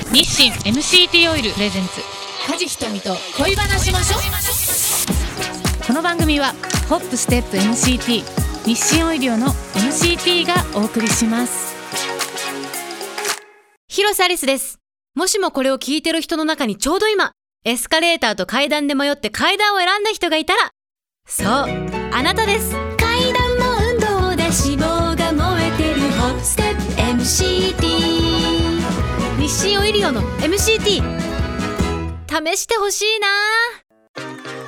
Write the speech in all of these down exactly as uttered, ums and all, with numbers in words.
日清 エムシーティー オイルプレゼンツ梶ひとみと恋話しましょう。 この番組はホップステップ エムシーティー 日清オイリオの エムシーティー がお送りします。 広瀬アリスです。もしもこれを聞いてる人の中にちょうど今エスカレーターと階段で迷って階段を選んだ人がいたら、そうあなたです。階段の運動で脂肪が燃えてるホップステップ エムシーティー 日清オイリオの エムシーティー 試してほしいな。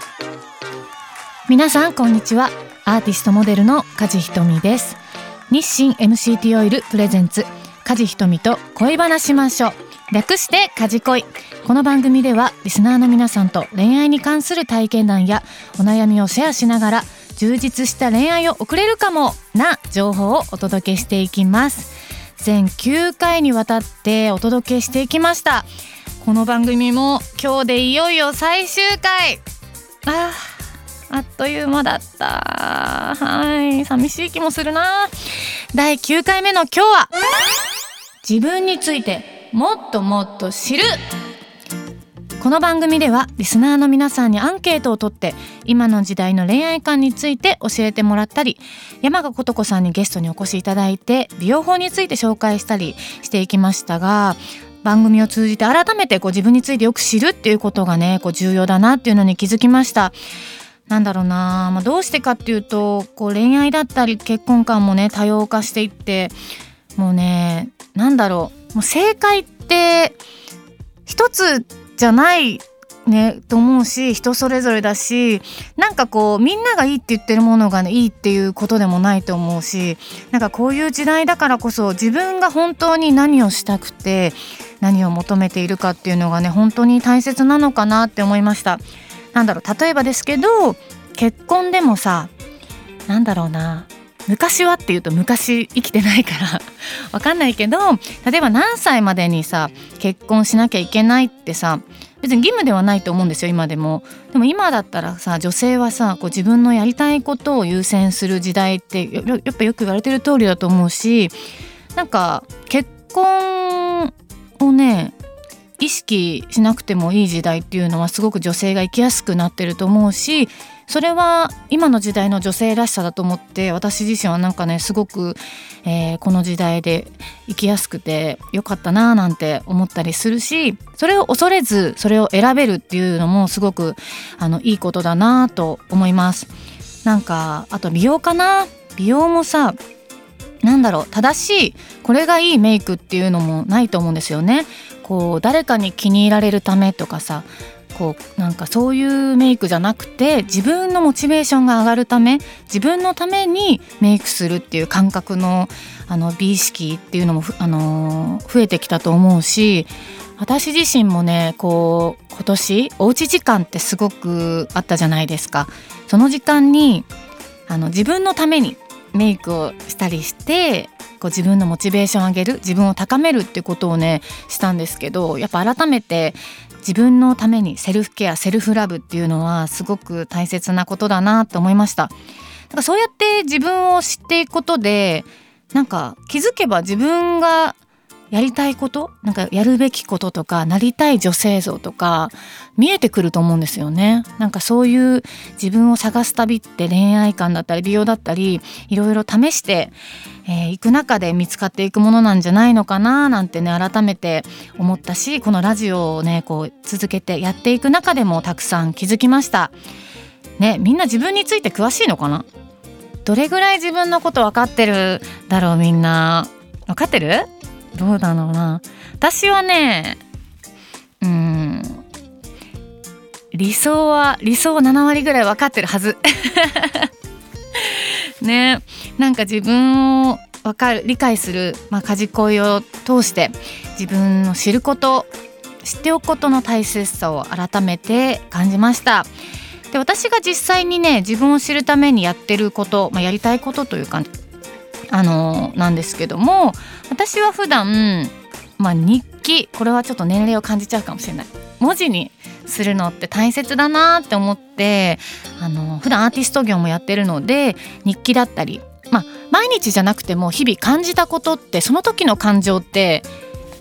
皆さんこんにちは。アーティストモデルの梶ひとみです。日清 エムシーティー オイルプレゼンツ梶ひとみと恋話しましょう、略して梶恋。この番組ではリスナーの皆さんと恋愛に関する体験談やお悩みをシェアしながら充実した恋愛を送れるかもな情報をお届けしていきます。全きゅうかいにわたってお届けしていきました。この番組も今日でいよいよ最終回。あーあっという間だった。はい寂しい気もするな。だいきゅうかいめの今日は自分についてもっともっと知る。この番組ではリスナーの皆さんにアンケートを取って今の時代の恋愛観について教えてもらったり、山賀琴子さんにゲストにお越しいただいて美容法について紹介したりしていきましたが、番組を通じて改めてこう自分についてよく知るっていうことがねこう重要だなっていうのに気づきました。なんだろうな、まあ、どうしてかっていうとこう恋愛だったり結婚観もね多様化していって、もうねなんだろう、もう正解って一つじゃないねと思うし、人それぞれだし、なんかこうみんながいいって言ってるものがねいいっていうことでもないと思うし、なんかこういう時代だからこそ自分が本当に何をしたくて何を求めているかっていうのがね本当に大切なのかなって思いました。なんだろう、例えばですけど結婚でもさ、なんだろうな、昔はっていうと昔生きてないからわかんないけど、例えば何歳までにさ結婚しなきゃいけないってさ別に義務ではないと思うんですよ今でも。でも今だったらさ女性はさこう自分のやりたいことを優先する時代ってややっぱよく言われてる通りだと思うし、なんか結婚をね意識しなくてもいい時代っていうのはすごく女性が生きやすくなってると思うし、それは今の時代の女性らしさだと思って、私自身はなんかねすごく、えー、この時代で生きやすくてよかったななんて思ったりするし、それを恐れずそれを選べるっていうのもすごくあのいいことだなと思います。なんかあと美容かな。美容もさなんだろう、正しいこれがいいメイクっていうのもないと思うんですよね。こう誰かに気に入られるためとかさ、こうなんかそういうメイクじゃなくて自分のモチベーションが上がるため、自分のためにメイクするっていう感覚のあの美意識っていうのもあの増えてきたと思うし、私自身もねこう今年おうち時間ってすごくあったじゃないですか。その時間にあの自分のためにメイクをしたりしてこう自分のモチベーションを上げる、自分を高めるってことをねしたんですけど、やっぱ改めて自分のためにセルフケアセルフラブっていうのはすごく大切なことだなと思いました。だからそうやって自分を知っていくことでなんか気づけば自分がやりたいこと、なんかやるべきこととかなりたい女性像とか見えてくると思うんですよね。なんかそういう自分を探す旅って恋愛観だったり美容だったりいろいろ試してい、えー、く中で見つかっていくものなんじゃないのかななんてね改めて思ったし、このラジオをねこう続けてやっていく中でもたくさん気づきましたね。みんな自分について詳しいのかな。どれぐらい自分のこと分かってるだろう。みんな分かってる？どうだろうな。私はねうーん理想は理想はななわりぐらい分かってるはずね。なんか自分を分かる理解する、まあ、梶恋を通して自分を知ること、知っておくことの大切さを改めて感じました。で私が実際にね自分を知るためにやってること、まあ、やりたいことというかあのなんですけども、私は普段、まあ、日記、これはちょっと年齢を感じちゃうかもしれない、文字にするのって大切だなって思って、あの普段アーティスト業もやってるので日記だったり、まあ、毎日じゃなくても日々感じたことってその時の感情って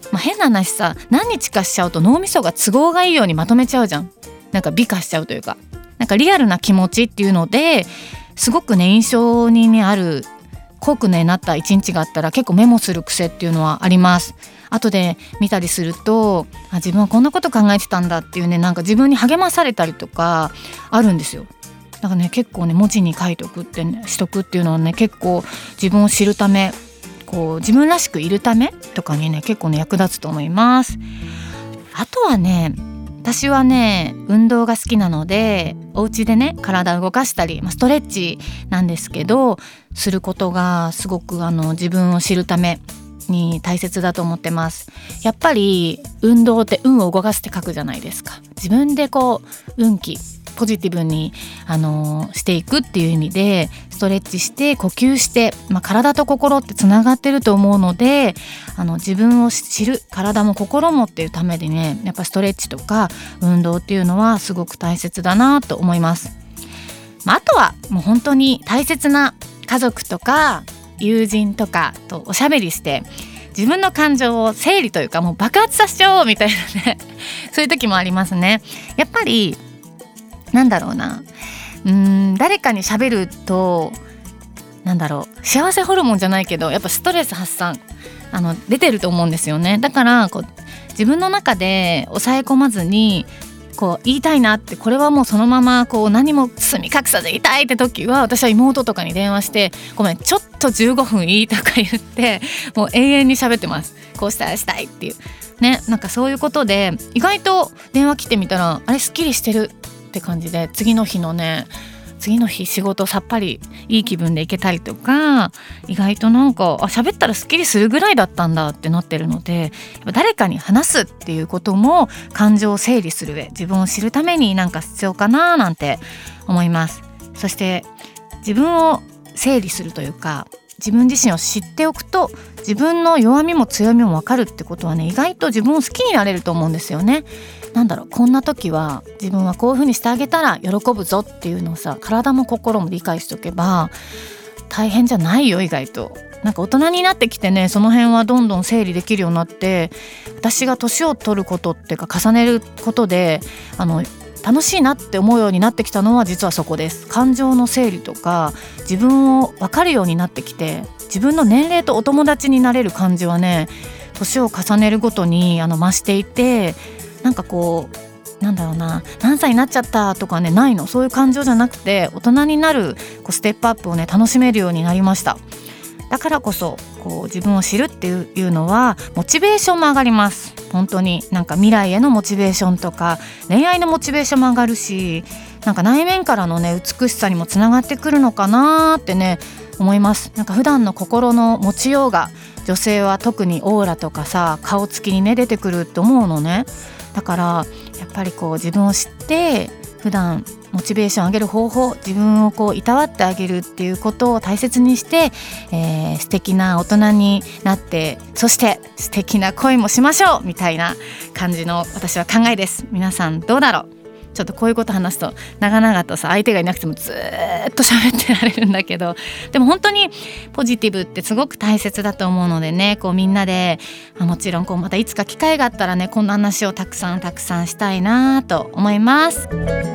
まあ、変な話さ、何日かしちゃうと脳みそが都合がいいようにまとめちゃうじゃん。なんか美化しちゃうというか、なんかリアルな気持ちっていうのですごくね印象に、ね、ある濃くねなった一日があったら結構メモする癖っていうのはあります。後で見たりすると、あ、自分はこんなこと考えてたんだっていうね、なんか自分に励まされたりとかあるんですよ。だからね結構ね文字に書いとくって、ね、しとくっていうのはね結構自分を知るため、こう自分らしくいるためとかにね結構ね役立つと思います。あとはね、私はね運動が好きなのでお家でね体を動かしたり、まあ、ストレッチなんですけどすることがすごくあの自分を知るために大切だと思ってます。やっぱり運動って運を動かすって書くじゃないですか。自分でこう運気ポジティブに、あのー、していくっていう意味でストレッチして呼吸して、まあ、体と心ってつながってると思うので、あの自分を知る体も心もっていうためにね、やっぱストレッチとか運動っていうのはすごく大切だなと思います。まあ、あとはもう本当に大切な家族とか友人とかとおしゃべりして自分の感情を整理というかもう爆発させちゃおうみたいなねそういう時もありますね。やっぱりなんだろうな、うーん誰かに喋るとなんだろう、幸せホルモンじゃないけどやっぱストレス発散あの出てると思うんですよね。だからこう自分の中で抑え込まずにこう言いたいなって、これはもうそのままこう何も包み隠さず言いたいって時は私は妹とかに電話して、ごめんちょっとじゅうごふんいいとか言ってもう永遠に喋ってます。こうしたらしたいっていうね、なんかそういうことで意外と電話来てみたらあれすっきりしてるって感じで、次の日のね次の日仕事さっぱりいい気分で行けたりとか、意外となんかあ喋ったらすっきりするぐらいだったんだってなってるので、やっぱ誰かに話すっていうことも感情を整理する上、自分を知るためになんか必要かななんて思います。そして自分を整理するというか自分自身を知っておくと自分の弱みも強みも分かるってことはね、意外と自分を好きになれると思うんですよね。なんだろう、こんな時は自分はこういう風にしてあげたら喜ぶぞっていうのをさ、体も心も理解しておけば大変じゃないよ。意外となんか大人になってきてね、その辺はどんどん整理できるようになって、私が年を取ることっていうか重ねることであの楽しいなって思うようになってきたのは実はそこです。感情の整理とか自分を分かるようになってきて、自分の年齢とお友達になれる感じはね、年を重ねるごとにあの増していて、なんかこうなんだろうな、何歳になっちゃったとかねないの。そういう感情じゃなくて大人になるこうステップアップをね楽しめるようになりました。だからこそこう自分を知るっていうのはモチベーションも上がります。本当になんか未来へのモチベーションとか恋愛のモチベーションも上がるし、なんか内面からのね美しさにもつながってくるのかなってね思います。なんか普段の心の持ちようが女性は特にオーラとかさ顔つきにね出てくるって思うのね。だからやっぱりこう自分を知って普段モチベーション上げる方法、自分をこういたわってあげるっていうことを大切にして、えー、素敵な大人になって、そして素敵な恋もしましょうみたいな感じの私は考えです。皆さんどうだろう。ちょっとこういうこと話すと長々とさ相手がいなくてもずーっと喋ってられるんだけど、でも本当にポジティブってすごく大切だと思うのでね、こうみんなでもちろんこうまたいつか機会があったらねこんな話をたくさんたくさんしたいなと思います。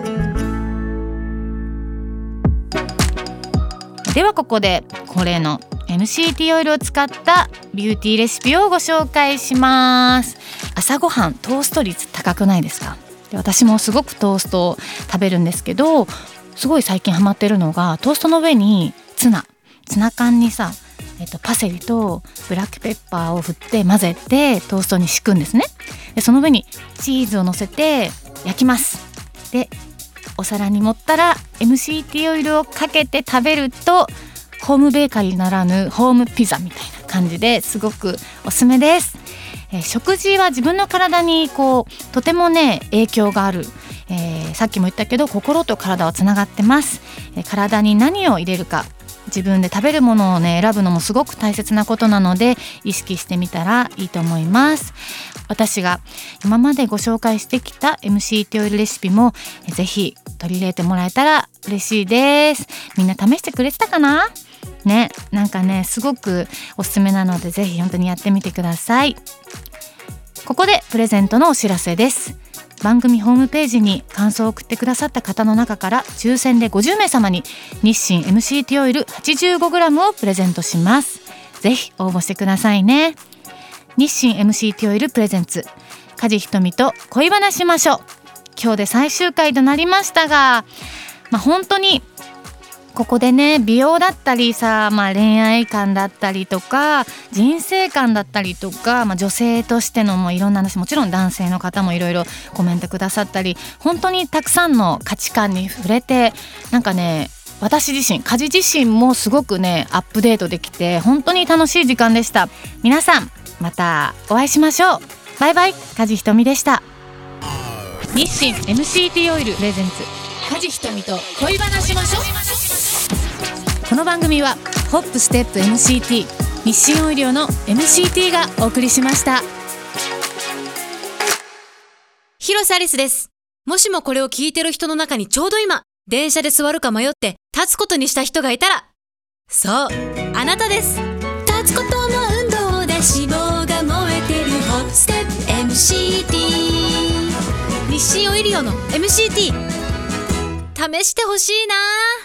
ではここで恒例の エムシーティー オイルを使ったビューティーレシピをご紹介します。朝ごはんトースト率高くないですか？で私もすごくトーストを食べるんですけど、すごい最近ハマってるのがトーストの上にツナツナ缶にさ、えっと、パセリとブラックペッパーを振って混ぜてトーストに敷くんですね。でその上にチーズを乗せて焼きます。でお皿に盛ったら エムシーティー オイルをかけて食べるとホームベーカリーならぬホームピザみたいな感じですごくおすすめです。えー、食事は自分の体にこうとてもね影響がある、えー、さっきも言ったけど心と体はつながってます。えー、体に何を入れるか自分で食べるものをね選ぶのもすごく大切なことなので意識してみたらいいと思います。私が今までご紹介してきた エムシーティー オイルレシピもぜひ取り入れてもらえたら嬉しいです。みんな試してくれてたかなね。なんかねすごくおすすめなのでぜひ本当にやってみてください。 ここでプレゼントのお知らせです。番組ホームページに感想を送ってくださった方の中から抽選でごじゅうめい様に日清 エムシーティー オイル はちじゅうごグラム をプレゼントします。ぜひ応募してくださいね。日清 エムシーティー オイルプレゼンツ梶ひとみと恋話しましょう。今日で最終回となりましたが、まあ、本当にここでね、美容だったりさ、まあ、恋愛観だったりとか人生観だったりとか、まあ、女性としてのもいろんな話、もちろん男性の方もいろいろコメントくださったり、本当にたくさんの価値観に触れて、なんかね、私自身梶自身もすごくねアップデートできて本当に楽しい時間でした。皆さんまたお会いしましょう。バイバイ。梶ひとみでした。日清 エムシーティー オイルプレゼンツ梶ひとみと恋話しましょう。この番組はホップステップ エムシーティー 日清オイリオの エムシーティー がお送りしました。 広瀬アリスです。もしもこれを聞いてる人の中にちょうど今電車で座るか迷って立つことにした人がいたら、そうあなたです。立つことも運動で脂肪が燃えてるホップステップ エムシーティー 日清オイリオの エムシーティー 試してほしいな。